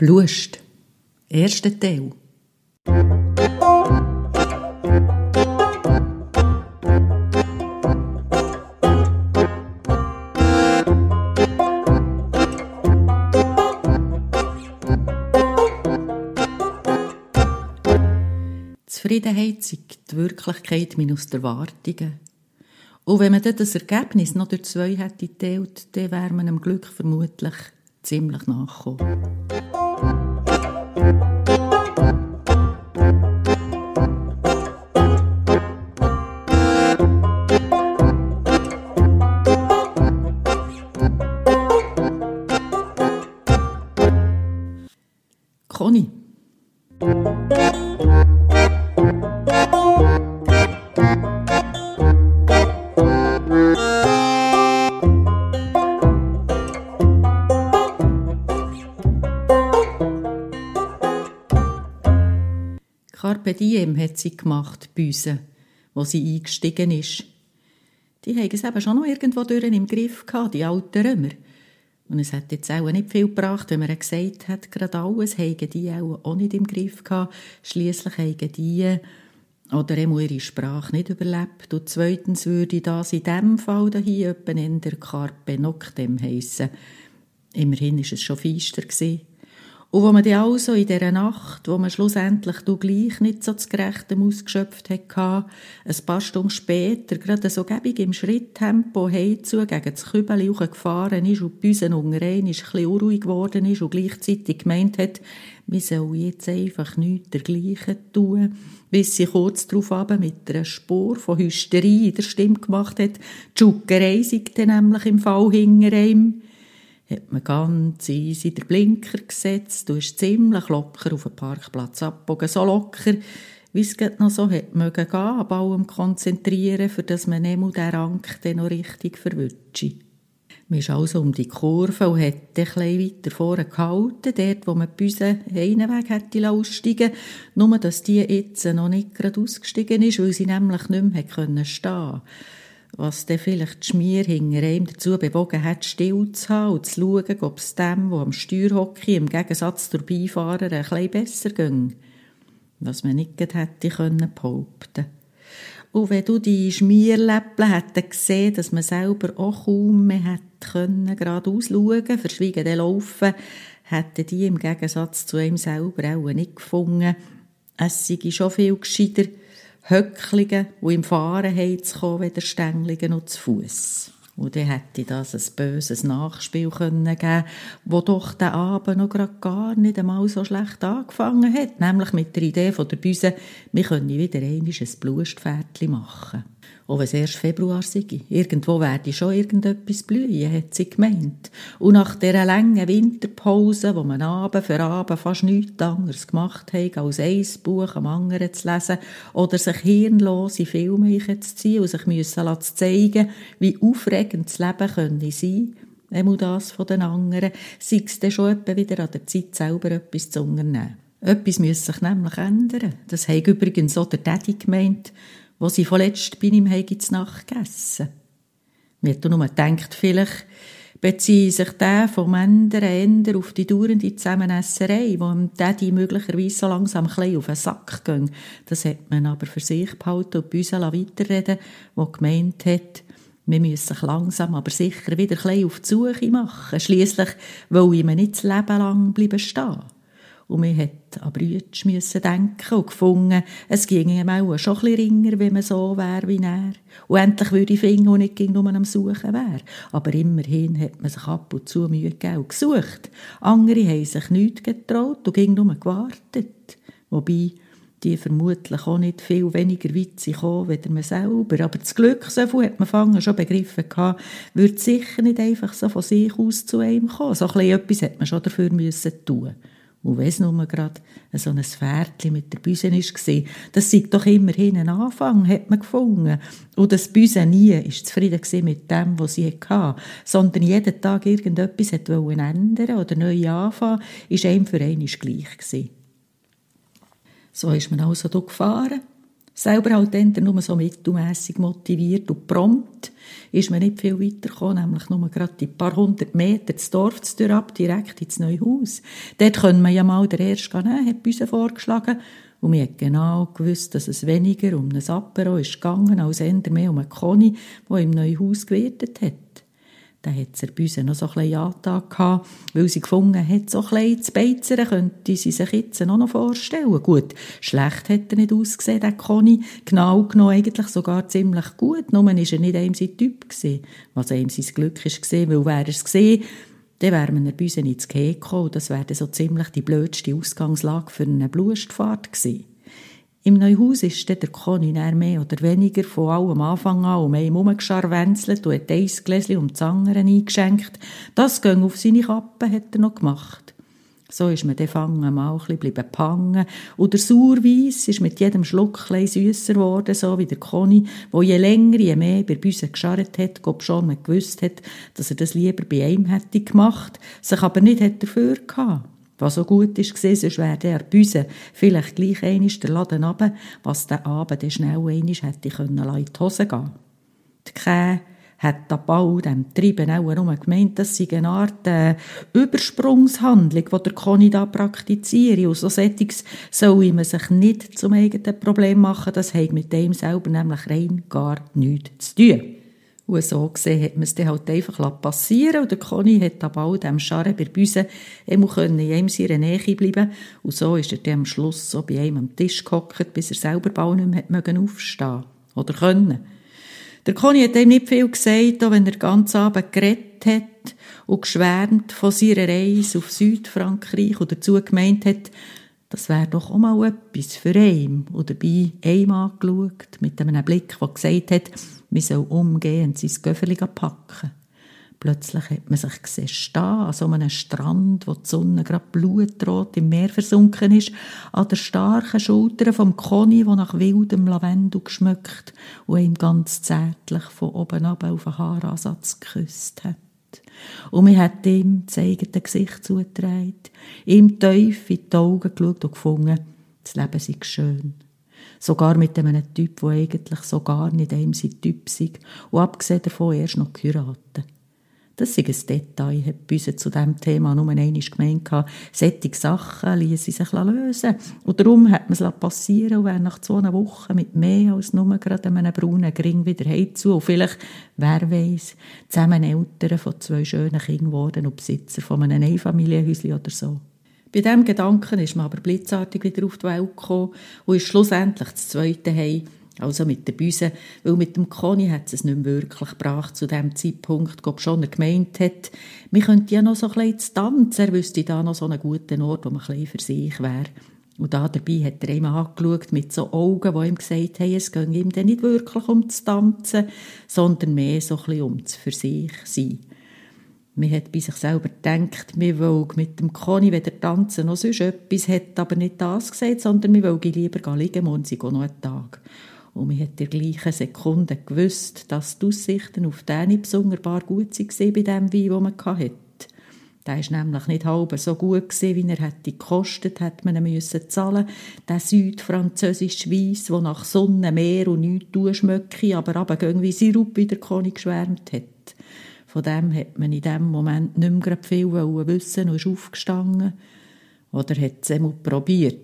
Blust. Erster Teil. Zufriedenheit sei die Wirklichkeit minus die Erwartungen. Und wenn man dann das Ergebnis noch durch 2 hätte geteilt, dann wäre man dem Glück vermutlich ziemlich nachgekommen. Conny. Carpe Diem hat sie gemacht, die Büse, wo sie eingestiegen ist. Die haben es eben schon noch irgendwo durch im Griff gehabt, die alten Römer. Und es hat jetzt auch nicht viel gebracht, wenn man gesagt hat, gerade alles haben die auch nicht im Griff gehabt. Schliesslich haben die oder ihre Sprache nicht überlebt. Und zweitens würde das in diesem Fall hier etwa in der Carpe Noctem heissen. Immerhin war es schon feister gewesen. Und wo man dann also in dieser Nacht, wo man schlussendlich gleich nicht so das Gerechte ausgeschöpft hatte, ein paar Stunden später, gerade so gäbig im Schritttempo heimzu gegen das Kübeli gefahren ist und die Büsen unter ein bisschen unruhig geworden ist und gleichzeitig gemeint hat, wir sollen jetzt einfach nichts dergleichen tun, bis sie kurz darauf mit einer Spur von Hysterie in der Stimme gemacht hat, die Schuckerei sei dann nämlich im Fall hinter ihm. Hat man ganz easy den Blinker gesetzt und ist ziemlich locker auf den Parkplatz abgebogen. So locker, wie es noch so hat mögen gehen, an allem konzentrieren, für dass man nicht den Rank dann noch richtig verwünscht. Man ist also um die Kurve und hat ein bisschen weiter vorne gehalten, dort, wo man die Büse hinweg hätte aussteigen lassen, nur dass die jetzt noch nicht gerade ausgestiegen ist, weil sie nämlich nicht mehr stehen konnte. Was dann vielleicht die Schmier hinter ihm dazu bewogen hat, still zu haben und zu schauen, ob es dem, der am Steuer hockt, im Gegensatz zur Beifahrer, ein bisschen besser ging. Was man nicht hätte behaupten. Und wenn du die Schmierläppchen hättest gesehen, dass man selber auch kaum mehr hätte geradeaus schauen können, verschwiegen dann laufen, hätten die im Gegensatz zu ihm selber auch nicht gefunden. Es sei schon viel gescheiter, Höcklinge, die im Fahren heimzukommen, weder Stänglingen noch zu Fuss. Und dann hätte das ein böses Nachspiel geben können, wo doch der Abend noch gerade gar nicht einmal so schlecht angefangen hat. Nämlich mit der Idee von der Büse, wir können wieder einmal ein Blustpferdchen machen. Auch wenn es erst Februar sei. Irgendwo werde schon irgendetwas blühen, hat sie gemeint. Und nach dieser langen Winterpause, wo man Abend für Abend fast nichts anderes gemacht hat, als ein Buch am anderen zu lesen oder sich hirnlose Filme zu ziehen und sich zeigen, wie aufregend das Leben könne sein, einmal das von den anderen, sei es dann schon etwa wieder an der Zeit, selber etwas zu unternehmen. Etwas müsse sich nämlich ändern. Das hat übrigens auch der Daddy gemeint, wo sie vorletzt bei ihm zur Nacht gegessen. Mir hat nur gedacht, vielleicht beziehe sich der vom Ender auf die dauernde Zusammenesserei, wo dem Daddy möglicherweise so langsam ein bisschen auf den Sack ging. Das hat man aber für sich behalten und bei uns weiterreden, wo gemeint hat, wir müssen sich langsam, aber sicher wieder ein bisschen auf die Suche machen. Schliesslich wollen wir nicht das Leben lang bleiben stehen. Und wir mussten an Brütsch denken und gefunden, es ginge ihm auch schon ein bisschen ringer, wenn man so wäre wie er. Und endlich würde ich finden, und nicht nur am Suchen wäre. Aber immerhin hat man sich ab und zu Mühe gegeben und gesucht. Andere haben sich nichts getraut und ging nur gewartet. Wobei die vermutlich auch nicht viel weniger weit gekommen, als man selber. Aber das Glück, so viel hat man fangen schon begriffen gehabt, würde sicher nicht einfach so von sich aus zu einem kommen. So etwas hat man schon dafür müssen tun. Und wenn es nur gerade so ein Pferdchen mit der Büse war, das sei doch immerhin ein Anfang, hat man gefunden. Und das Büse nie war zufrieden mit dem, was sie hatte, sondern jeden Tag irgendetwas wollte ändern oder neu anfangen, war einem für einmal gleich gewesen. So ist man also gefahren, Selber halt dann nur so mittelmässig motiviert und prompt ist man nicht viel weitergekommen, nämlich nur gerade die paar 100 Meter das Dorf ab, direkt ins neue Haus. Dort können wir ja mal den ersten nehmen, hat uns vorgeschlagen. Und wir hat genau gewusst, dass es weniger um ein Apero ist gegangen, als eher mehr um einen Conny, der im neuen Haus gewirtet hat. Dann hat sie bei uns noch so ein bisschen Antrag gehabt, weil sie gefunden hat, so ein bisschen zu beizern, könnte sie sich jetzt auch noch vorstellen. Gut, schlecht hat er nicht ausgesehen, der Conny. Genau genommen eigentlich sogar ziemlich gut. Nur war er nicht einem sein Typ gewesen. Was ihm sein Glück war, weil wäre er es gewesen, dann wäre man bei uns ins Gehege gekommen. Das wäre so ziemlich die blödste Ausgangslage für eine Blutstfahrt gewesen. Im neuen Haus ist der Conny mehr oder weniger von allem Anfang an um einen herumgescharwenzelt und hat ein Gläschen um das andere eingeschenkt. Das ging auf seine Kappe, hat er noch gemacht. So ist man dann fangen mal ein bisschen gehangen. Und der Sauerweiss ist mit jedem Schluck ein bisschen süsser geworden, so wie der Conny, der je länger, je mehr bei uns gescharrt hat, obschon man gewusst hat, dass er das lieber bei einem hätte gemacht, sich aber nicht hat dafür gehabt. Was so gut war, sonst wäre der Büse vielleicht gleich einmal der Laden runter, was der Abend dann schnell einmal hätte in die Hose gehen. Die Kähe hat da bald dem Treiben auch nur gemeint, das sei eine Art Übersprungshandlung, die der Conny da praktiziere. Und so Settings soll man sich nicht zum eigenen Problem machen, das hat mit dem selber nämlich rein gar nichts zu tun. Und so gesehen hat man es dann halt einfach passieren und der Conny hat ab all dem Scharren bei Büse in einem seiner Nähe bleiben. Und so ist er dann am Schluss so bei einem am Tisch gehockt, bis er selber bald nicht mehr aufstehen oder können. Der Conny hat ihm nicht viel gesagt, auch wenn er ganz Abend geredet hat und geschwärmt von seiner Reise auf Südfrankreich und dazu gemeint hat, das wäre doch auch mal etwas für ihn. Und dabei ihm angeschaut, mit einem Blick, der gesagt hat, man soll umgehend sein Göffeli packen. Plötzlich hat man sich gesehen stehen, an so einem Strand, wo die Sonne gerade blutrot im Meer versunken ist, an der starken Schulter vom Conny, der nach wildem Lavendel geschmückt und ihm ganz zärtlich von oben ab auf den Haaransatz geküsst hat. Und man hat ihm das eigene Gesicht zugetragen, ihm tief in die Augen geschaut und gefunden, das Leben sei schön. Sogar mit einem Typ, der eigentlich so gar nicht einem sein Typ sei und abgesehen davon erst noch geheiratet. Das ist ein Detail, hat bei uns zu diesem Thema nur einmal gemeint, solche Sachen ließen sich lösen. Und darum hat man es passieren und wäre nach 2 Wochen mit mehr als nur gerade einem braunen Gring wieder heimzu. Und vielleicht, wer weiss, zusammen Eltern von 2 schönen Kindern geworden und Besitzer von einem Einfamilienhäuschen oder so. Bei diesem Gedanken ist man aber blitzartig wieder auf die Welt gekommen und ist schlussendlich das zweite Heim, also mit der Büse, weil mit dem Conny hat es nicht mehr wirklich gebracht zu dem Zeitpunkt, obschon er gemeint hat, wir könnten ja noch so ein bisschen zu tanzen, er wüsste da noch so einen guten Ort, wo man ein bisschen für sich wäre. Und da dabei hat er ihm angeschaut mit so Augen, die ihm gesagt haben, es ging ihm dann nicht wirklich um das Tanzen, sondern mehr so ein bisschen um das für sich sein. Man hat bei sich selber gedacht, wir wollen mit dem Conny weder tanzen noch sonst etwas, hat aber nicht das gesagt, sondern wir wollen lieber liegen, morgen sei noch ein Tag. Und man hat in der gleichen Sekunde gewusst, dass die Aussichten auf den nicht besonders gut waren bei dem Wein, den man hatte. Der war nämlich nicht halb so gut, wie er hätte gekostet, hätte man ihn zahlen müssen. Der südfranzösische Weiss, der nach Sonne, Meer und nichts schmecke, aber irgendwie Sirup, wie der Conny geschwärmt hat. Von dem hat man in dem Moment nicht mehr viel wissen und ist aufgestanden. Oder hat es einmal probiert.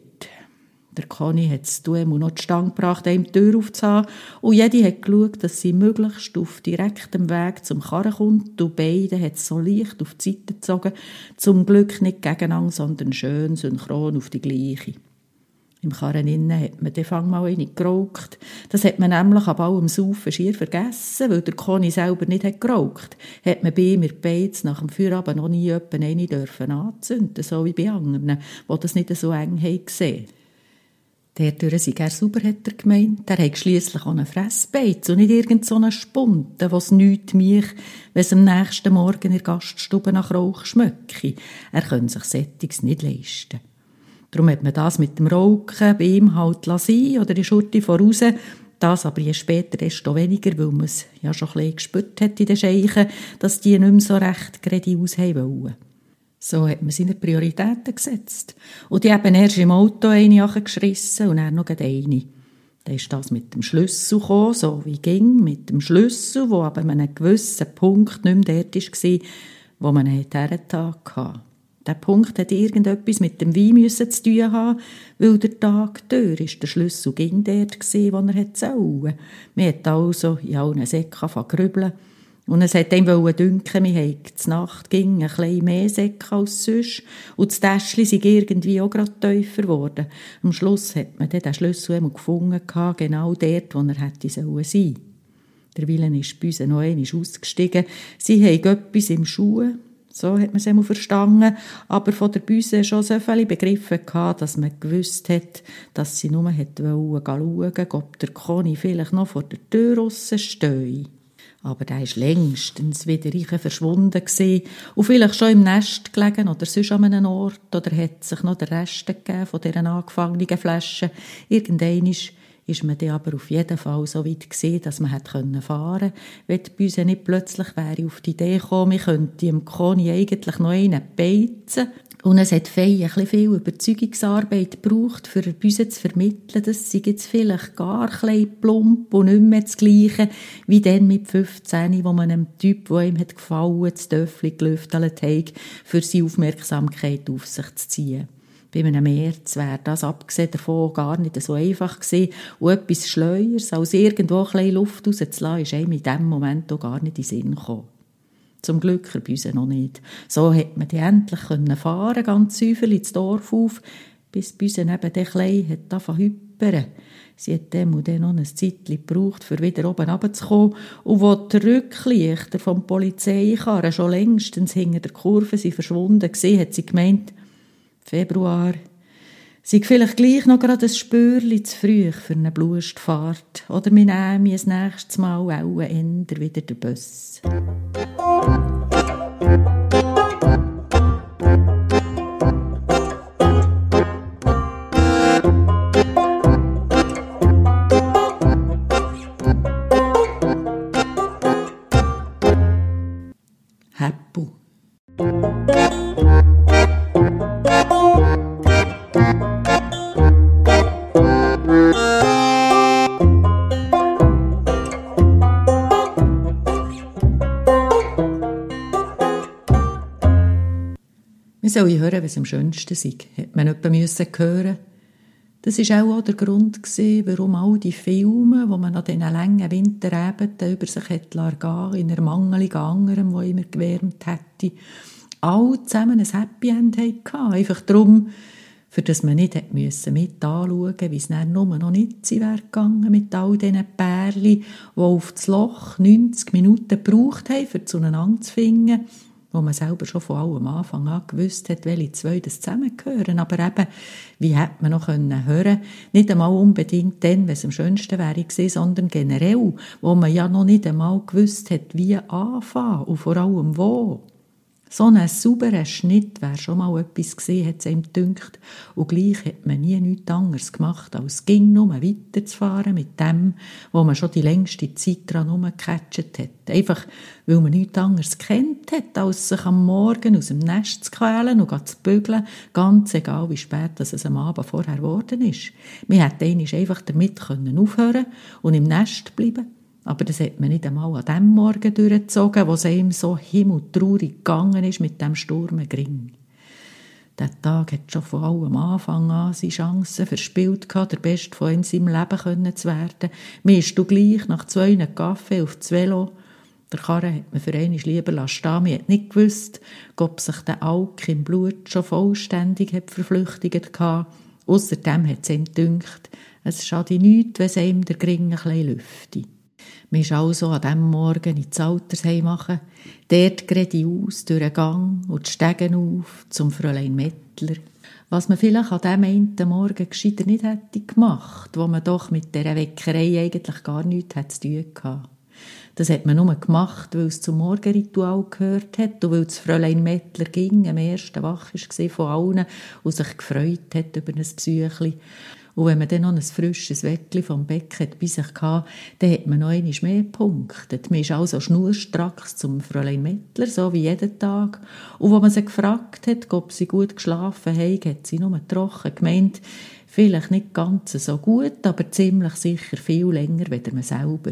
Der Conny hat es noch die Stange gebracht, ihm die Tür aufzuhaben. Und jede hat geschaut, dass sie möglichst auf direktem Weg zum Karren kommt. Und beide hat es so leicht auf die Seite gezogen. Zum Glück nicht gegeneinander, sondern schön synchron auf die gleiche. Im Karren innen hat man den Fang mal eine geraucht. Das hat man nämlich ab allem Saufen schier vergessen, weil der Conny selber nicht hat geraucht. Hat man bei ihm in Beiz nach dem Feierabend noch nie jemanden eine dürfen anzünden, so wie bei anderen, die das nicht so eng haben gesehen. Dadurch sei er sauber, hat er gemeint. Er hat schliesslich auch einen Fressbeiz und nicht irgend so einen Spunten, was nichts mich, wenn es am nächsten Morgen in der Gaststube nach Rauch schmecke. Er könne sich Sättiges nicht leisten. Darum hat man das mit dem Rauchen bei ihm halt sein oder die Schurte voraus. Das aber je später desto weniger, weil man es ja schon ein bisschen gespürt hat in den Scheichen, dass die nicht mehr so recht geradeaus haben wollen. So hat man seine Prioritäten gesetzt. Und die haben erst im Auto eine geschrissen und dann noch eine. Dann ist das mit dem Schlüssel gekommen, so wie ging, mit dem Schlüssel, der aber an einem gewissen Punkt nicht mehr dort war, wo man hergetan hatte. Der Punkt musste irgendetwas mit dem Wein zu tun haben, weil der Tag durch ist. Der Schlüssel ging dort, wo er sollte. Man hat also in allen Säcken grübeln. Und es hat ihm dünken, wir haben die Nacht ging ein bisschen mehr Säcke als sonst. Und das Täschchen sei irgendwie auch gerade tiefer geworden. Am Schluss hat man dann den Schlüssel gefunden, genau dort, wo er hätte sein sollen. Der Willen ist bei uns noch einmal ausgestiegen. Sie haben etwas im Schuh. So hat man es einmal verstanden. Aber von der Büse schon so viele begriffen gehabt, dass man gewusst hat, dass sie nur schauen, ob der Conny vielleicht noch vor der Tür draussen stehe. Aber der war längstens wieder verschwunden gewesen und vielleicht schon im Nest gelegen oder sonst an einem Ort oder hat sich noch der Rest gegeben von dieser angefangenen Flasche. Irgendwann ist man dann aber auf jeden Fall so weit gewesen, dass man fahren konnte, wenn die Büse nicht plötzlich wäre auf die Idee gekommen, man könnte dem Conny eigentlich noch einen beizen. Und es hat ein bisschen viel Überzeugungsarbeit gebraucht, für die Büse zu vermitteln, dass sie jetzt vielleicht gar ein bisschen plump und nicht mehr das Gleiche wie dann mit 15, wo man einem Typ, der ihm gefallen hat, das Töffel gelüftelt hat, für seine Aufmerksamkeit auf sich zu ziehen. Bei einem März wäre das, abgesehen davon, gar nicht so einfach gewesen. Und etwas Schleuers, als irgendwo ein bisschen Luft rauszulassen, ist einem in diesem Moment auch gar nicht in den Sinn gekommen. Zum Glück bei uns noch nicht. So konnte man endlich fahren, ganz säuferlich ins Dorf auf, bis bei uns neben der Kleine angefangen zu hypern. Sie hat dann noch ein Zeitchen gebraucht, um wieder oben runterzukommen. Und als die Rücklichter vom Polizeikarren schon längstens hinter der Kurve verschwunden waren, hat sie gemeint, Februar sei vielleicht gleich noch gerade ein Spürchen zu früh für eine Blustfahrt. Oder wir nehmen das nächste Mal auch eher wieder den Bus. Häppel. Wir sollen hören, was am schönsten sei. Hat man jemanden hören. Das war auch der Grund, warum all die Filme, die man an diesen langen Winterabenden über sich gehen in Ermangelung an anderem, wo immer gewärmt hätte, alle zusammen ein Happy End hatten. Einfach darum, für das man nicht mit anschauen musste, wie es dann nur noch nicht wäre gegangen mit all diesen Pärchen, die auf das Loch 90 Minuten gebraucht haben, um zueinander zu finden, wo man selber schon von allem Anfang an gewusst hat, welche zwei das zusammengehören. Aber eben, wie hätte man noch hören können? Nicht einmal unbedingt dann, wenn es am schönsten wäre gewesen, sondern generell, wo man ja noch nicht einmal gewusst hat, wie anfangen und vor allem wo. So ein sauberer Schnitt wäre schon mal etwas gewesen, hat es ihm gedünkt. Und gleich hat man nie nichts anderes gemacht, als ging nur weiterzufahren mit dem, wo man schon die längste Zeit daran rumgecatcht hat. Einfach, weil man nichts anderes kennt hat, als sich am Morgen aus dem Nest zu quälen und zu bügeln, ganz egal, wie spät es am Abend vorher geworden ist. Man hätte einfach damit aufhören können und im Nest bleiben. Aber das hat man nicht einmal an dem Morgen durchgezogen, wo es ihm so himmeltraurig gegangen ist mit dem Sturmgring. Der Tag hat schon von allem Anfang an seine Chancen verspielt gehabt, der Beste von ihm in seinem Leben zu werden. Mir ist du gleich nach 2 Kaffee auf das Velo. Der Karren hat man für einmal lieber stehen. Man hat nicht gewusst, ob sich der Alk im Blut schon vollständig verflüchtigt hat. Ausserdem hat es ihm gedünkt, es schade nichts, wenn es ihm der Gring ein bisschen lüfte. Wir sind also an diesem Morgen ins Altersheim machen, dort geradeaus durch den Gang und die Stegen auf zum Fräulein Mettler. Was man vielleicht an diesem einen Morgen gescheiter nicht hätte gemacht, wo man doch mit dieser Weckerei eigentlich gar nichts zu tun hatte. Das hat man nur gemacht, weil es zum Morgenritual gehört hat und weil das Fräulein Mettler ging, am ersten wach war von allen und sich gefreut hat über ein Besuchli. Und wenn man dann noch ein frisches Weckli vom Becken bei sich hatte, dann hat man noch einmal mehr gepunktet. Man ist also schnurstracks zum Fräulein Mettler, so wie jeden Tag. Und als man sie gefragt hat, ob sie gut geschlafen haben, hat sie nur trocken gemeint, vielleicht nicht ganz so gut, aber ziemlich sicher viel länger als man selber.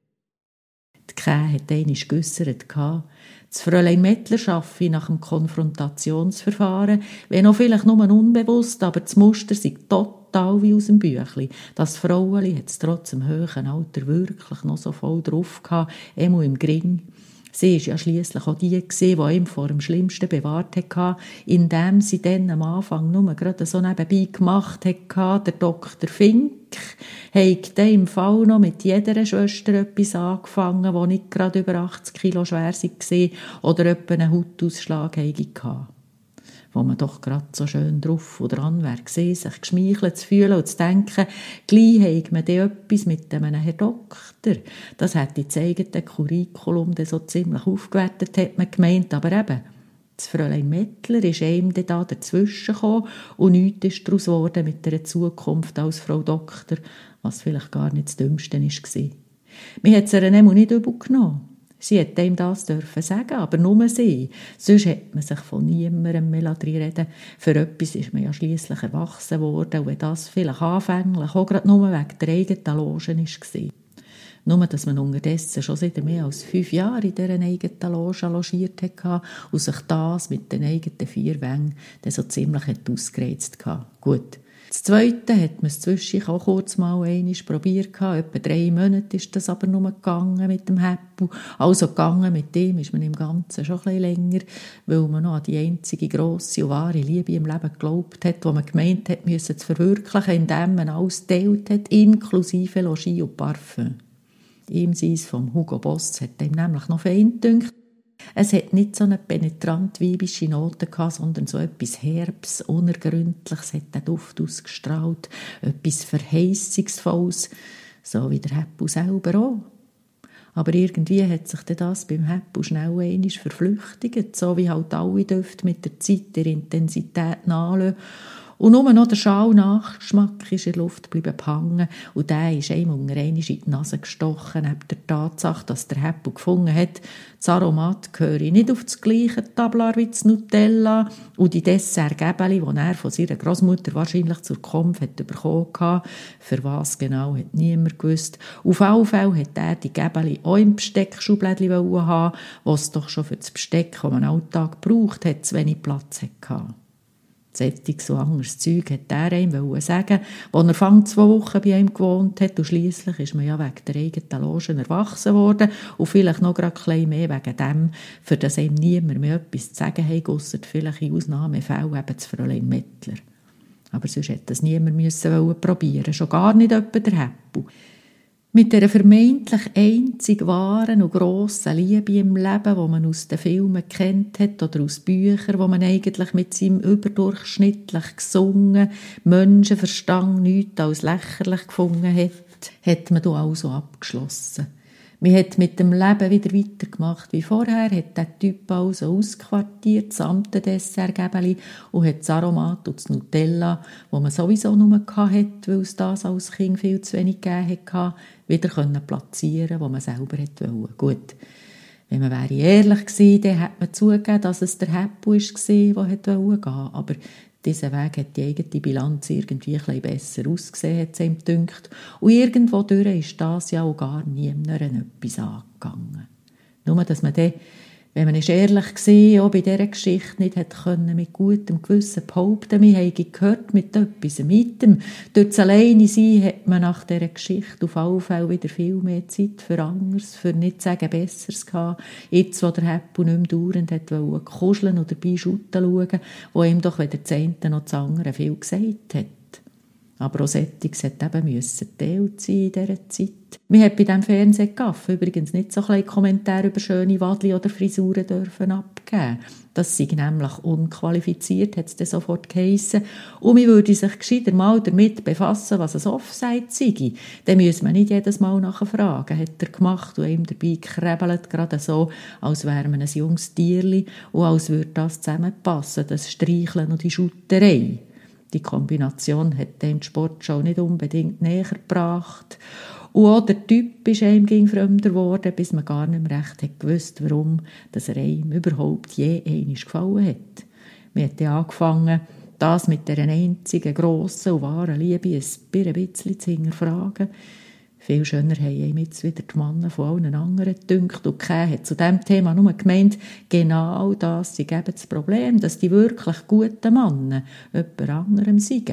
Die Käse hat einmal geäussert, das Fräulein Mettler arbeite nach dem Konfrontationsverfahren, wenn auch vielleicht nur unbewusst, aber das Muster sei total wie aus dem Büchli. Das Fraueli hat es trotz dem hohen Alter wirklich noch so voll drauf gehabt, einmal im Gring. Sie war ja schliesslich auch die, die ihm vor dem Schlimmsten bewahrt hatte, indem sie dann am Anfang nur gerade so nebenbei gemacht hatte, der Dr. Fink, hat dann im Fall noch mit jeder Schwester etwas angefangen, die nicht gerade über 80 Kilo schwer war oder etwa einen Hautausschlag hatte. Wo man doch gerade so schön drauf und dran wäre gewesen, sich geschmeichelt zu fühlen und zu denken, gleich habe man dann etwas mit einem Herrn Doktor. Das hätte das eigene Curriculum dann so ziemlich aufgewertet, hat man gemeint. Aber eben, das Fräulein Mettler ist einem dann da dazwischen gekommen und nichts ist daraus geworden mit einer Zukunft als Frau Doktor, was vielleicht gar nicht das Dümmste war. Man hat es ihr nämlich nicht übel genommen. Sie hätte ihm das dürfen sagen, aber nur sie. Sonst hätte man sich von niemandem mehr reden. Für etwas ist man ja schliesslich erwachsen worden, und wenn das vielleicht anfänglich auch gerade nur wegen der eigenen Loge war. Nur, dass man unterdessen schon seit mehr als 5 Jahren in dieser eigenen Loge logiert hatte und sich das mit den eigenen 4 Wängen dann so ziemlich ausgereizt hatte. Gut. Das Zweite hat man zwischendurch auch kurz mal einmal probiert. Etwa 3 Monate ist das aber nur gegangen mit dem Häppel. Also gegangen mit dem ist man im Ganzen schon ein bisschen länger, weil man noch an die einzige grosse und wahre Liebe im Leben geglaubt hat, die man gemeint hat, müssen zu verwirklichen, indem man alles geteilt hat, inklusive Logis und Parfüm. Ihm seins vom Hugo Boss hat ihm nämlich noch fein gedünkt. Es hat nicht so eine penetrant weibische Note gehabt, sondern so etwas Herbs, Unergründliches hat der Duft ausgestrahlt, etwas Verheißungsvolles, so wie der Häppel selber auch. Aber irgendwie hat sich das beim Häppel schnell einmal verflüchtigt, so wie halt alle Düfte mit der Zeit der Intensität nachlassen. Und nur noch der Schal-Nachgeschmack ist in der Luft geblieben hängen und der ist einem unter einmal in die Nase gestochen, neben der Tatsache, dass der Häppel gefunden hat, das Aromat gehöre nicht auf das gleiche Tablar wie das Nutella und die Dessertgäbeli, die er von seiner Großmutter wahrscheinlich zur Konf bekommen hatte, für was genau hat niemand gewusst. Auf alle Fälle hat er die Gäbeli auch im Besteckschublädchen haben, was doch schon für das Besteck, das man Alltag braucht, hat zu wenig Platz hatte. Sättiges so anderes Zeug hat er ihm sagen, als er fang 2 Wochen bei ihm gewohnt hat und schliesslich ist man ja wegen der eigenen Loge erwachsen worden und vielleicht noch gerade ein bisschen mehr wegen dem, für das ihm niemand mehr etwas zu sagen hat, ausser vielleicht in Ausnahmefällen eben das Fräulein Mettler. Aber sonst hätte das niemand probieren, schon gar nicht etwa der Häppel. Mit dieser vermeintlich einzig wahren und grossen Liebe im Leben, die man aus den Filmen kennt hat oder aus Büchern, wo man eigentlich mit seinem überdurchschnittlich gesungen Menschenverstand nichts als lächerlich gefunden hat, hat man da also abgeschlossen. Man hat mit dem Leben wieder weitergemacht wie vorher, hat den Typ also ausquartiert, samt den Dessertgäbeli und hat das Aromat und das Nutella, das man sowieso nur hatte, weil es das als Kind viel zu wenig gegeben hatte, wieder platzieren, wo man selber wollte. Gut, wenn man wäre ehrlich gewesen, dann hätte man zugegeben, dass es der Häppel war, der wollte gehen. Aber dieser Weg hat die eigene Bilanz irgendwie ein bisschen besser ausgesehen, hat es ihm gedünkt. Und irgendwo durch ist das ja auch gar niemandem etwas angegangen. Nur, dass man dann, wenn man ehrlich war, auch bei dieser Geschichte nicht können mit gutem Gewissen behaupten, wir haben gehört mit etwas mit dem. Durch das Alleine-Sein hat man nach dieser Geschichte auf alle Fälle wieder viel mehr Zeit für anderes, für nicht zu sagen Besseres gehabt. Jetzt, wo der Häppel nicht mehr dauernd wollte kuscheln oder dabei schauen schauen, wo ihm doch weder das eine noch das andere viel gesagt hat. Aber auch Sättiges hat eben geteilt sein in dieser Zeit. Wir hat bei diesem Fernsehgaff übrigens nicht so kleine Kommentare über schöne Wadli oder Frisuren dürfen abgeben. Das sei nämlich unqualifiziert, hat es dann sofort geheissen. Und man würde sich gescheiter mal damit befassen, was ein Offside sei. Dann müsse man nicht jedes Mal nachfragen, hat er gemacht und ihm dabei gekrebelt, gerade so, als wäre man ein junges Tierli und als würde das zusammenpassen, das Streicheln und die Schutterei. Die Kombination hat den Sportschau nicht unbedingt näher gebracht. Und auch der Typ ist einem fremder geworden, bis man gar nicht mehr recht hat gewusst, warum dass er einem überhaupt je einmal gefallen hat. Wir haben angefangen, das mit dieser einzigen grossen und wahren Liebe ein bisschen zu hinterfragen. Viel schöner haben ihm jetzt wieder die Männer von allen anderen gedünkt. Und Kay hat zu diesem Thema nur gemeint, genau das sei eben das Problem, dass die wirklich guten Männer jemand anderem seien.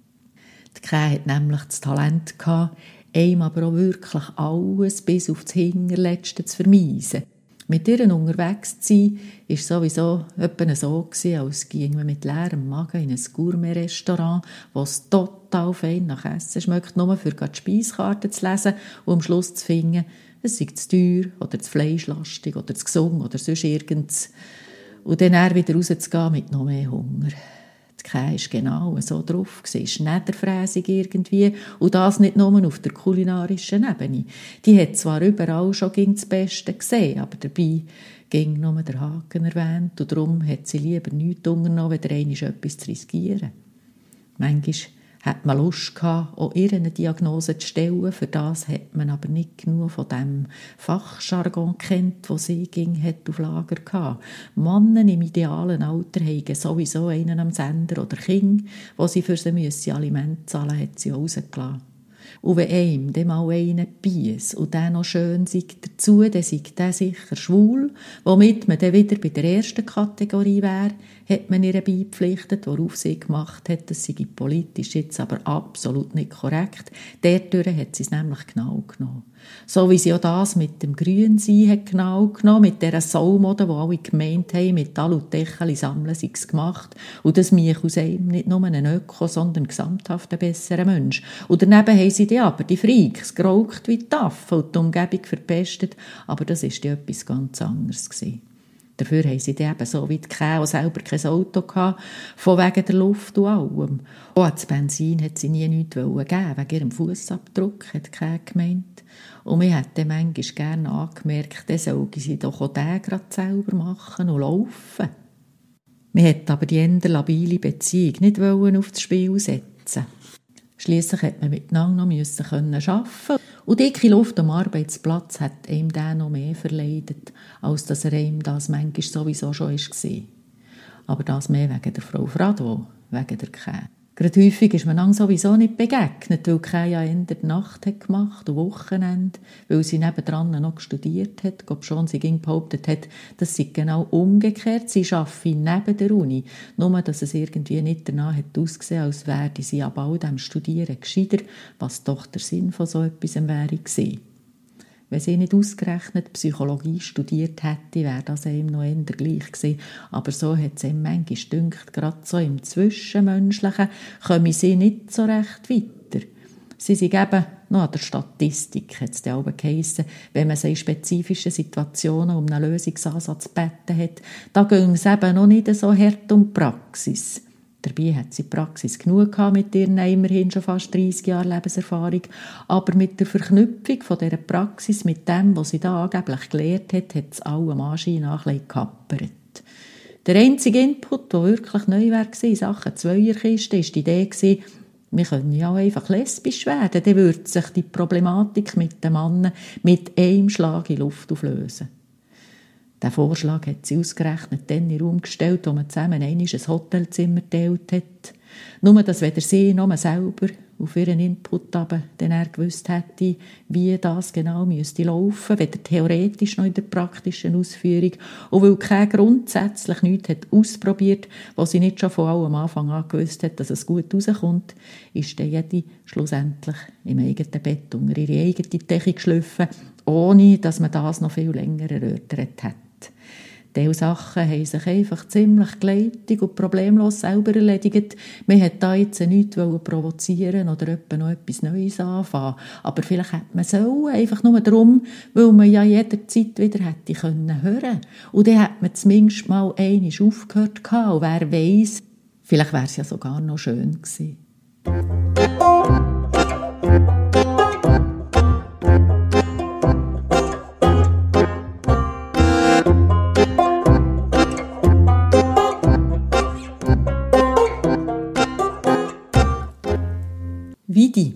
Die Kay hat nämlich das Talent gehabt, einem aber auch wirklich alles bis auf das Hinterletzte zu vermeisen. Mit ihr unterwegs zu sein, war sowieso etwa so, als ginge man mit leerem Magen in ein Gourmet-Restaurant, wo es total fein nach Essen schmeckt, nur für die Speiskarte zu lesen und am Schluss zu finden, es sei zu teuer oder zu fleischlastig oder zu gesungen oder sonst irgendwas. Und dann wieder rauszugehen mit noch mehr Hunger. Die Kay war genau so drauf, schneiderfräsig irgendwie. Und das nicht nur auf der kulinarischen Ebene. Die hat zwar überall schon das Beste gesehen, aber dabei ging nur der Haken erwähnt. Und darum hat sie lieber nichts unternommen, weder einmal etwas zu riskieren. Manchmal hat man Lust gehabt, auch ihr eine Diagnose zu stellen. Für das hat man aber nicht genug von dem Fachjargon kennt, das sie auf Lager hatte. Männer im idealen Alter haben sowieso einen am Sender oder Kinder, wo sie für sie Alimente zahlen müssen, hat sie rausgelassen. Und wenn einem dann mal einer biess und der noch schön sei dazu, dann sei der sicher schwul, womit man dann wieder bei der ersten Kategorie wäre, hat man ihr beipflichtet, worauf sie gemacht hat, das sei politisch jetzt aber absolut nicht korrekt. Dadurch hat sie es nämlich genau genommen. So wie sie auch das mit dem Grünsein hat genau genommen, mit dieser Saumode, die alle gemeint haben, mit Aludecheli sammeln sie es gemacht. Und das macht aus einem nicht nur einen Öko, sondern gesamthaft einen besseren Mensch. Und daneben haben sie die aber, die Freaks, geraucht wie die Affen und die Umgebung verpestet. Aber das war ja etwas ganz anderes gewesen. Dafür haben sie eben so wie die Kay selber kein Auto gehabt, von wegen der Luft und allem. Auch das Benzin hat sie nie nichts geben, wegen ihrem Fussabdruck, hat die Kay gemeint. Und mir hat dann manchmal gerne angemerkt, dann soll sie doch auch den gerade selber machen und laufen. Man hat aber die eher labile Beziehung nicht aufs Spiel setzen. Schliesslich musste man miteinander noch arbeiten. Und dicke Luft am Arbeitsplatz hat ihm den noch mehr verleidet, als dass er ihm das manchmal sowieso schon war. Aber das mehr wegen der Frau Frado, wegen der Kay. Gerade häufig ist man dann sowieso nicht begegnet, weil Kay ja eher die Nacht hat gemacht und Wochenende, weil sie nebendran noch studiert hat, obschon sie behauptet hat, das sei genau umgekehrt. Sie arbeite neben der Uni, nur dass es irgendwie nicht danach hat ausgesehen, als wäre sie ab all dem Studieren gescheiter, was doch der Sinn von so etwas wäre gewesen. Wenn sie nicht ausgerechnet Psychologie studiert hätte, wäre das ihm noch eher gleich gewesen. Aber so hat es ihm manchmal gedünkt, gerade so im Zwischenmenschlichen komme sie nicht so recht weiter. Sie sind eben noch an der Statistik, hat es dann auch geheissen, wenn man sie in spezifischen Situationen um einen Lösungsansatz gebeten hat, da ging es eben noch nicht so hart um die Praxis. Dabei hat sie Praxis genug gehabt mit ihren immerhin schon fast 30 Jahren Lebenserfahrung. Aber mit der Verknüpfung von dieser Praxis mit dem, was sie da angeblich gelehrt hat, hat es allem Anschein nach ein bisschen gehappert. Der einzige Input, der wirklich neu war in Sachen Zweierkiste, war die Idee, wir können ja auch einfach lesbisch werden. Dann würde sich die Problematik mit den Männern mit einem Schlag in Luft auflösen. Den Vorschlag hat sie ausgerechnet dann in den Raum gestellt, wo man zusammen ein Hotelzimmer geteilt hat. Nur, dass weder sie noch man selber auf ihren Input aber dann er gewusst hätte, wie das genau müsste laufen, weder theoretisch noch in der praktischen Ausführung. Und weil keiner grundsätzlich nichts hat ausprobiert, was sie nicht schon von allem Anfang an gewusst hat, dass es gut rauskommt, ist dann jede schlussendlich im eigenen Bett unter ihre eigene Decke geschliffen, ohne dass man das noch viel länger erörtert hat. Diese Sachen haben sich einfach ziemlich geleitet und problemlos selber erledigt. Man wollte da jetzt nichts provozieren oder noch etwas Neues anfangen. Aber vielleicht hätte man sollen, einfach nur darum, weil man ja jederzeit wieder hätte hören können. Und dann hätte man zumindest mal einmal aufgehört gehabt. Und wer weiss, vielleicht wäre es ja sogar noch schön gewesen. Vidi.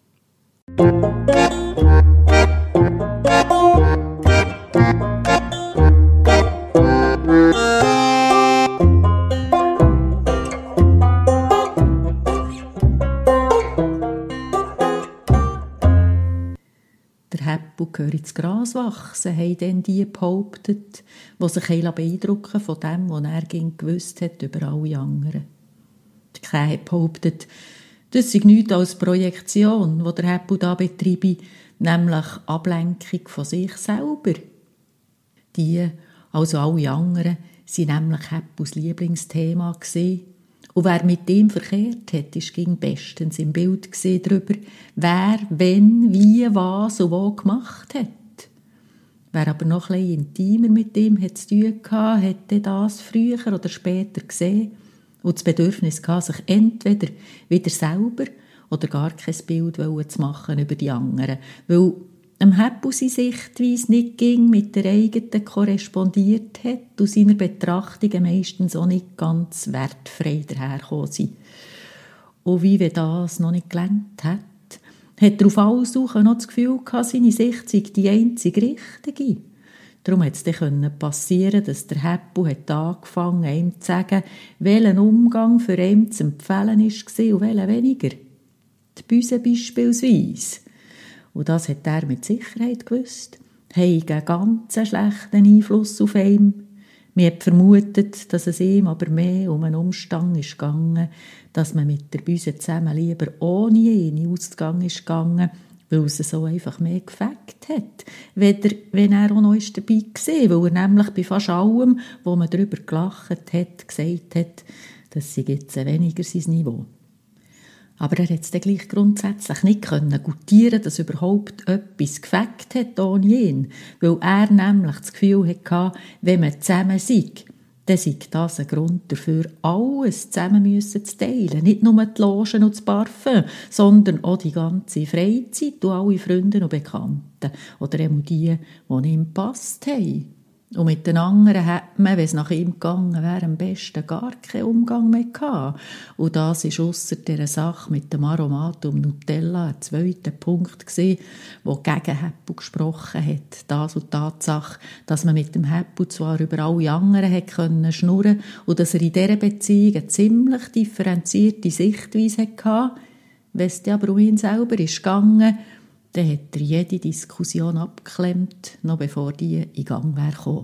Der Häppel gehöre ins Gras wachsen, haben dann die behauptet, die sich beeindrucken von dem, was er gewusst hat über alle anderen. Die Krähe hat behauptet, das sei nichts als Projektion, die der Häppel da betreibe, nämlich Ablenkung von sich selber. Die, also alle anderen, waren nämlich Häppels Lieblingsthema gewesen. Und wer mit ihm verkehrt hat, war bestens im Bild darüber, wer, wenn, wie, was und wo gemacht hat. Wer aber noch ein bisschen intimer mit ihm zu tun hatte, hätte das früher oder später gesehen und das Bedürfnis gehabt, sich entweder wieder selber oder gar kein Bild zu machen über die anderen, weil dem Häppel seine Sichtweise nicht mit der eigenen korrespondiert hat und seine Betrachtungen meistens auch nicht ganz wertfrei dahergekommen sind. Und wie wenn das noch nicht gelangt hat, hat er auf alles Suchen noch das Gefühl gehabt, seine Sicht sei die einzige richtige. Darum konnte es dann passieren, dass der Häppel angefangen hat, ihm zu sagen, welchen Umgang für ihn zu empfehlen war und welchen weniger. Die Büse beispielsweise. Und das hat er mit Sicherheit gewusst, haben einen ganz schlechten Einfluss auf ihn. Man hat vermutet, dass es ihm aber mehr um einen Umstand ging, dass man mit der Büse zusammen lieber ohne ihn ausgegangen ist, weil es so einfach mehr gefällt hat, weder wenn er auch noch dabei war, weil er nämlich bei fast allem, wo man darüber gelacht hat, gesagt hat, das sei jetzt weniger sein Niveau. Aber er konnte es dann gleich grundsätzlich nicht gutieren, dass überhaupt etwas gefällt hat ohne ihn, weil er nämlich das Gefühl hatte, wenn man zusammen sei, dann sei das ein Grund dafür, alles zusammen zu teilen. Nicht nur die Logen und das Parfum, sondern auch die ganze Freizeit und alle Freunde und Bekannten. Oder eben die ihm gepasst haben. Und mit den anderen hat man, wenn es nach ihm gegangen wäre, am besten gar keinen Umgang mehr gehabt. Und das war ausser dieser Sache mit dem Aromat um Nutella ein zweiter Punkt gewesen, der gegen Häppel gesprochen hat. Das und die Tatsache, dass man mit dem Häppel zwar über alle anderen hätte schnurren und dass er in dieser Beziehung eine ziemlich differenzierte Sichtweise hatte, wenn es aber um ihn selber ging, dann hat er jede Diskussion abgeklemmt, noch bevor die in Gang wäre.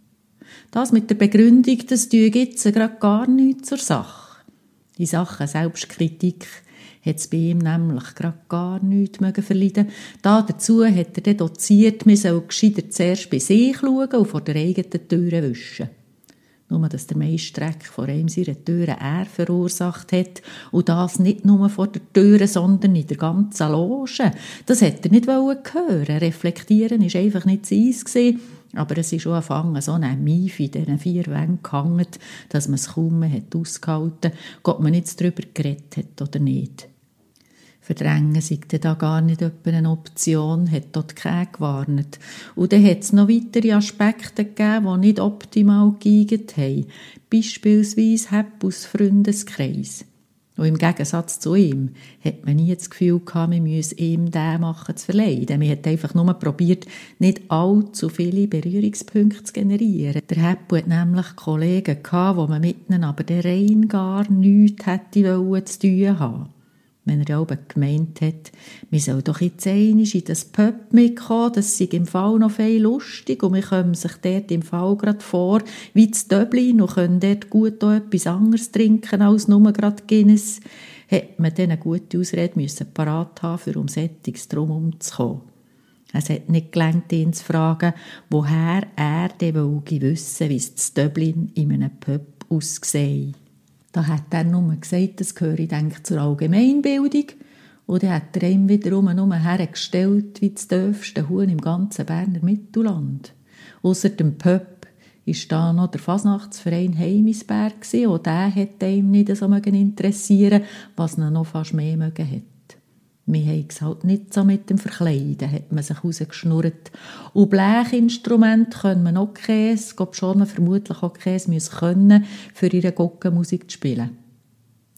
Das mit der Begründung, das tue jetzt gerade gar nichts zur Sache. In Sachen Selbstkritik hat es bei ihm nämlich gerade gar nichts verleiden. Dazu hat er dann doziert, man soll gescheiter zuerst bei sich schauen und vor der eigenen Tür wischen. Nur, dass der meiste Dreck vor ihm seine Türe er verursacht hat. Und das nicht nur vor der Türe, sondern in der ganzen Loge. Das hätte er nicht hören. Reflektieren war einfach nicht seins gewesen. Aber es ist schon angefangen, so ein Mief in diesen 4 Wänden gehangen, dass man es kaum mehr ausgehalten hat, ob man jetzt darüber geredet hat oder nicht. Verdrängen sei da gar nicht eine Option, hat dort keiner gewarnt. Und dann hat es noch weitere Aspekte gegeben, die nicht optimal geeignet haben. Beispielsweise Häppels Freundeskreis. Und im Gegensatz zu ihm hat man nie das Gefühl gehabt, man müsse ihm den machen zu verleiden. Man hat einfach nur probiert, nicht allzu viele Berührungspunkte zu generieren. Der Häppel hat nämlich Kollegen gehabt, die man mit ihnen aber rein gar nichts hätte zu tun haben. Wenn er ja auch gemeint hat, wir sollen doch jetzt einmal in das Pub mitkommen, das sei im Fall noch viel lustig und wir kommen sich dort im Fall gerade vor wie zu Dublin und können dort gut auch etwas anderes trinken als nur gerade Guinness, hat man dann eine gute Ausrede parat haben, für um Sättiges drum umzukommen. Es hat nicht gelangt, ihn zu fragen, woher er denn wissen, wie es zu Dublin in einem Pub aussieht. Da hat er nur gesagt, das gehöre, denke ich, zur Allgemeinbildung. Und dann hat er ihm wiederum nur hergestellt, wie das dürfste Huhn im ganzen Berner Mittelland. Ausser dem Pub war da noch der Fasnachtsverein Heimisberg gewesen, und der hätte ihm nicht so interessieren, was ihn noch fast mehr mögen hätte. Wir haben es halt nicht so mit dem Verkleiden, hat man sich rausgeschnurrt. Und Blechinstrumente können man auch Käse, schon vermutlich auch Käse müssen können, für ihre Gockenmusik zu spielen.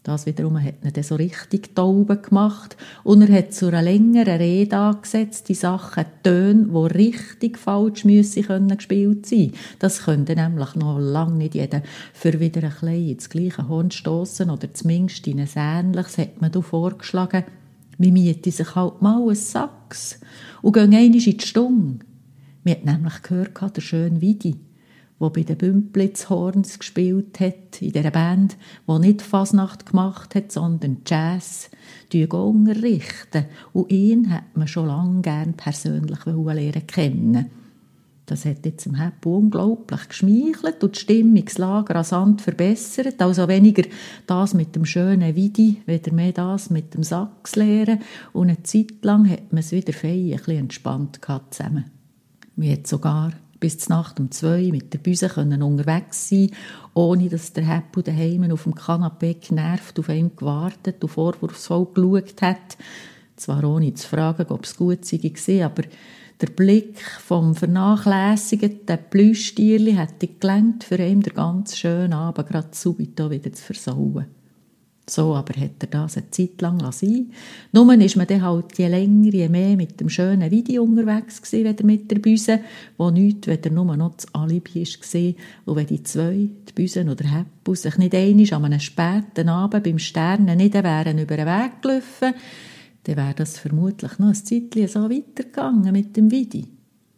Das wiederum hat ihn dann so richtig taub gemacht und er hat zu einer längeren Rede angesetzt, die Sachen, Töne, die richtig falsch müssen können gespielt sein. Das könnte nämlich noch lange nicht jeder für wieder ein bisschen ins gleiche Horn stossen oder zumindest in ein ähnliches, hat man da vorgeschlagen, wir mieten sich halt mal einen Sax und gehen einmal in die Stunde. Man hat nämlich gehört, der schöne Vidi, der bei den Bümplitz-Horns gespielt hat, in dieser Band, die nicht Fasnacht gemacht hat, sondern Jazz, die unterrichten. Und ihn hat man schon lange gern persönlich lernen kennen. Das hat jetzt dem Heppu unglaublich geschmeichelt und die Stimmungslage rasant verbessert. Also weniger das mit dem schönen Vidi, weder mehr das mit dem Sax lehren. Und eine Zeit lang hat man es wieder fein ein bisschen entspannt gehabt zusammen. Man hat sogar bis zur Nacht um 2 mit der Büse unterwegs sein, ohne dass der Heppu daheim auf dem Kanapee genervt auf ihn gewartet und vorwurfsvoll geschaut hat. Zwar ohne zu fragen, ob es gut sei, aber der Blick vom vernachlässigten Plüschtierli hätte gelangt, für ihn den ganz schönen Abend gerade subito wieder zu versauen. So aber hat er das eine Zeit lang sein. Nur ist man dann halt je länger, je mehr mit dem schönen Video unterwegs gewesen, weder mit der Büse, wo nichts, weder nur noch das Alibi war. Und wenn die zwei, die Büse oder der Heppu, sich nicht einmal an einem späten Abend beim Sternen nicht wären über den Weg gelaufen, dann wäre das vermutlich noch ein Zeitchen so weitergegangen mit dem Vidi.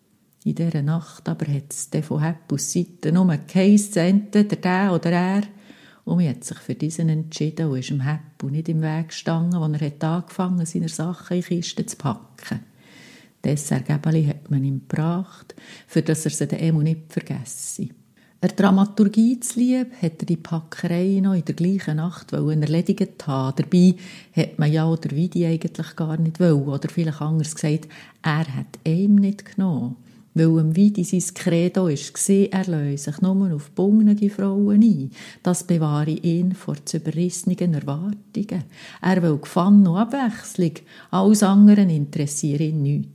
In dieser Nacht aber hat es von Heppus Seite nur geheissen, entweder der oder er. Und man hat sich für diesen entschieden und ist dem Heppu nicht im Weg gestanden, als er angefangen hat, seine Sachen in Kisten zu packen. Dessertgäbeli hat man ihm gebracht, für dass er sie dann nicht vergesse. Der Dramaturgie zuliebe hat er die Packerei noch in der gleichen Nacht erledigt haben. Dabei hat man ja der Vidi eigentlich gar nicht wollen. Oder vielleicht anders gesagt, er hat ihm nicht genommen. Weil dem Vidi sein Credo war, er löse sich nur auf bungenige Frauen ein. Das bewahre ihn vor zu überrissenen Erwartungen. Er will Gefallen und Abwechslung. Alles andere interessiert ihn nichts.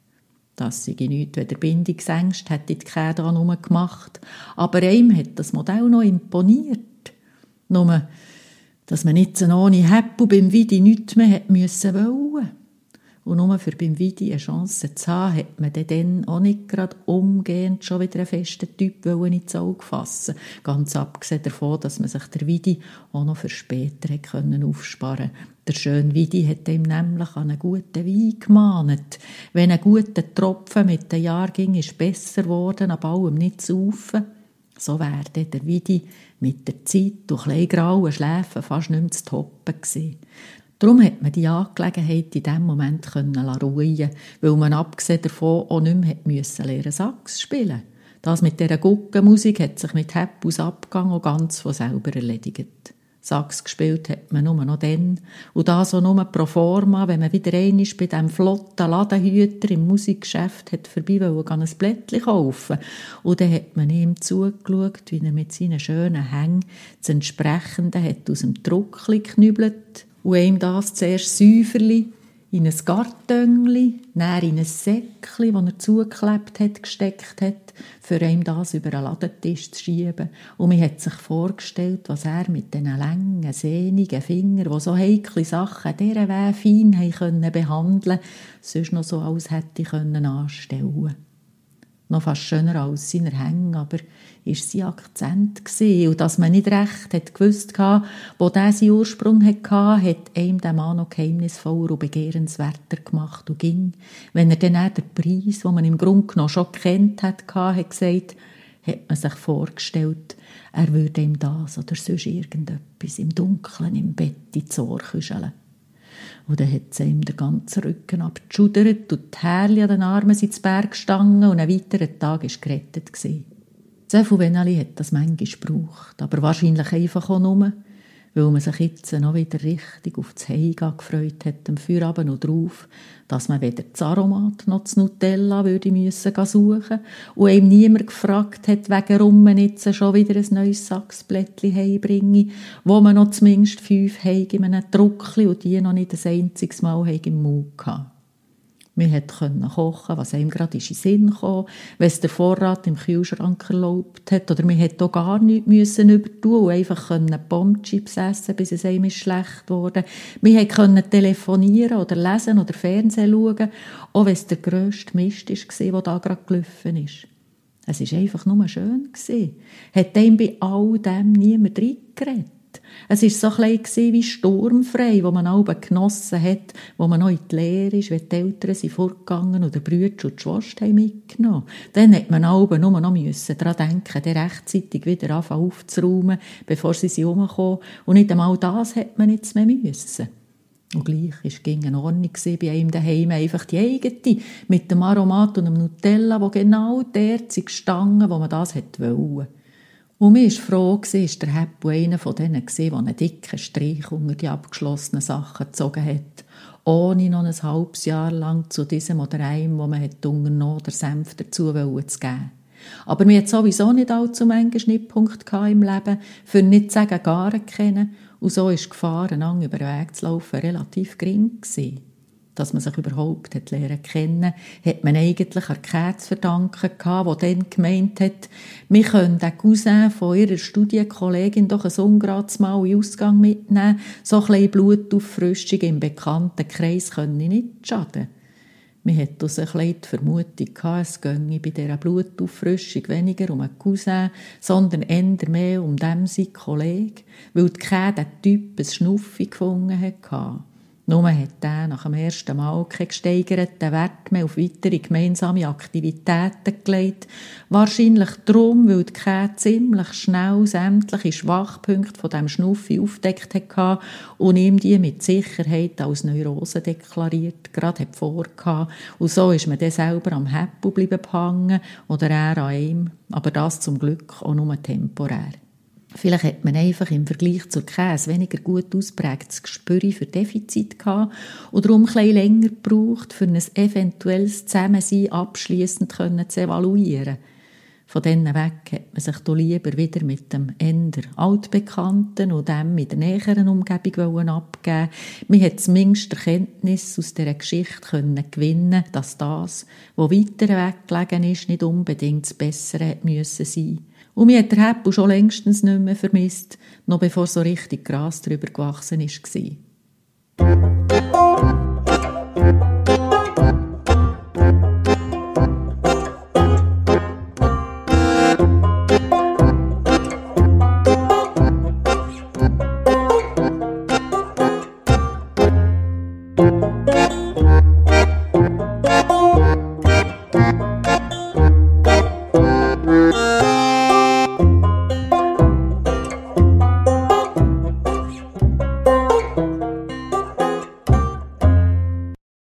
Das sei nichts, wenn der Bindungsängste hätte die Käde nur gemacht. Aber ihm hat das Modell noch imponiert. Nur, dass man nicht so ohne Heppu beim Vidi nichts mehr hätte müssen wollen. Und nur für beim Vidi eine Chance zu haben, hat man dann auch nicht gerade umgehend schon wieder einen festen Typ ins Auge fassen. Ganz abgesehen davon, dass man sich der Vidi auch noch für später aufsparen konnte. Der schöne Vidi hat ihm nämlich an einen guten Wein gemahnt. Wenn ein guter Tropfen mit den Jahren ging, ist besser geworden, ab allem nicht zu saufen. So wäre der Vidi mit der Zeit durch graue Schläfen fast nicht mehr zu toppen gewesen. Darum hat man die Angelegenheit in diesem Moment ruhen, weil man abgesehen davon auch nicht mehr lernen Sax spielen. Das mit dieser Guckenmusik hat sich mit Heppus Abgang auch ganz von selber erledigt. Sax gespielt hat man nur noch dann und das auch nur pro forma, wenn man wieder einmal bei diesem flotten Ladenhüter im Musikgeschäft hat vorbei wollte, ein Blättchen kaufen. Und dann hat man ihm zugeschaut, wie er mit seinen schönen Hängen das Entsprechende hat aus dem Druckli geknübelt und ihm das zuerst säuferli in ein Gartönli, dann in ein Säckli, das er zugeklebt hat, gesteckt hat, für ihm das über einen Ladentisch zu schieben. Und man hat sich vorgestellt, was er mit diesen langen, sehnigen Fingern, die so heikle Sachen dieser Wehe fein behandeln konnte, sonst noch so alles hätte anstellen können. Noch fast schöner als seine Hänge, aber war sein Akzent gewesen. Und dass man nicht recht hat gewusst hatte, wo der seinen Ursprung hatte, hat ihm der Mann noch geheimnisvoller und begehrenswerter gemacht. Und ging, wenn er dann auch den Preis, den man im Grunde genommen schon gekannt hat gesagt, hat man sich vorgestellt, er würde ihm das oder sonst irgendetwas im Dunkeln im Bett ins Ohr küscheln. Und dann hat sie ihm den ganzen Rücken abgeschudert und die Härchen an den Armen sind zu Berg gestanden und ein weiterer Tag war gerettet. So viel Veneli hat das manchmal gebraucht, aber wahrscheinlich einfach auch nur, weil man sich jetzt noch wieder richtig auf das Heimgehen gefreut hat, am Feierabend noch drauf, dass man weder das Aromat noch das Nutella würde müssen suchen und ihm niemand gefragt hat, warum man jetzt schon wieder ein neues Sachsblättchen heimbringe, wo man noch zumindest 5 in einem Druckli und die noch nicht ein einziges Mal im Mund hatte. Man konnte kochen, was einem gerade in den Sinn kam, wenn es der Vorrat im Kühlschrank erlaubt hat. Oder man musste auch gar nichts übertun und einfach Pommes-Chips essen, bis es einem schlecht wurde. Man konnte telefonieren oder lesen oder Fernsehen schauen, auch wenn es der grösste Mist war, der da gerade gelaufen ist. Es war einfach nur schön. Hat einem bei all dem niemand reingeredet. Es war so ein bisschen wie sturmfrei, wo man auch genossen hat, wo man noch in die Lehre ist, wenn die Eltern sind fortgegangen oder die Brüder und die Schwester haben mitgenommen. Dann hat man auch nur noch daran denken, den rechtzeitig wieder anfangen aufzuräumen, bevor sie herumkommen. Und nicht einmal das hat man jetzt mehr müssen. Und gleich war es in Ordnung bei einem daheim einfach die eigene, mit dem Aromat und dem Nutella, wo genau dort gestanden, wo man das wollte. Und mir war froh, ist der Heppu einer von denen, der einen dicken Strich unter die abgeschlossenen Sachen gezogen hat, ohne noch ein halbes Jahr lang zu diesem oder einem, wo man unternommen oder Senf dazu zu geben. Aber wir hatten sowieso nicht allzu viele Schnittpunkte im Leben, für nicht zu sagen gar kennen, und so war die Gefahr, einander über den Weg zu laufen, relativ gering gewesen. Dass man sich überhaupt lernen kennen, hat man eigentlich an Käthe zu verdanken gehabt, die dann gemeint hat, wir können den Cousin von ihrer Studienkollegin doch ein ungerades Mal in Ausgang mitnehmen, so ein bisschen Blutauffrischung im bekannten Kreis könne nicht schaden. Man hatte also ein bisschen die Vermutung gehabt, es ginge bei dieser Blutauffrischung weniger um einen Cousin, sondern eher mehr um seinen Kollegen, weil die Käthe den Typ ein Schnuffi gefunden hatte. Nur hat er nach dem ersten Mal keinen gesteigerten Wert mehr auf weitere gemeinsame Aktivitäten gelegt. Wahrscheinlich darum, weil die Käthe ziemlich schnell sämtliche Schwachpunkte von diesem Schnuffi aufgedeckt hatte und ihm die mit Sicherheit als Neurose deklariert gerade vorgehabt. Und so ist man dann selber am Heppu hängen oder er an ihm. Aber das zum Glück auch nur temporär. Vielleicht hat man einfach im Vergleich zur Käse weniger gut ausprägtes Gespür für Defizit gehabt und darum ein bisschen länger gebraucht, für ein eventuelles Zusammensein abschliessend zu evaluieren. Von diesen weg hat man sich doch lieber wieder mit dem eher Altbekannten und dem mit der näheren Umgebung abgeben. Man hat zumindest Erkenntnis aus dieser Geschichte gewinnen, dass das, was weiter weggelegen ist, nicht unbedingt das Bessere müssen sein. Und mir hat der Heppu schon längstens nicht mehr vermisst, noch bevor so richtig Gras drüber gewachsen war.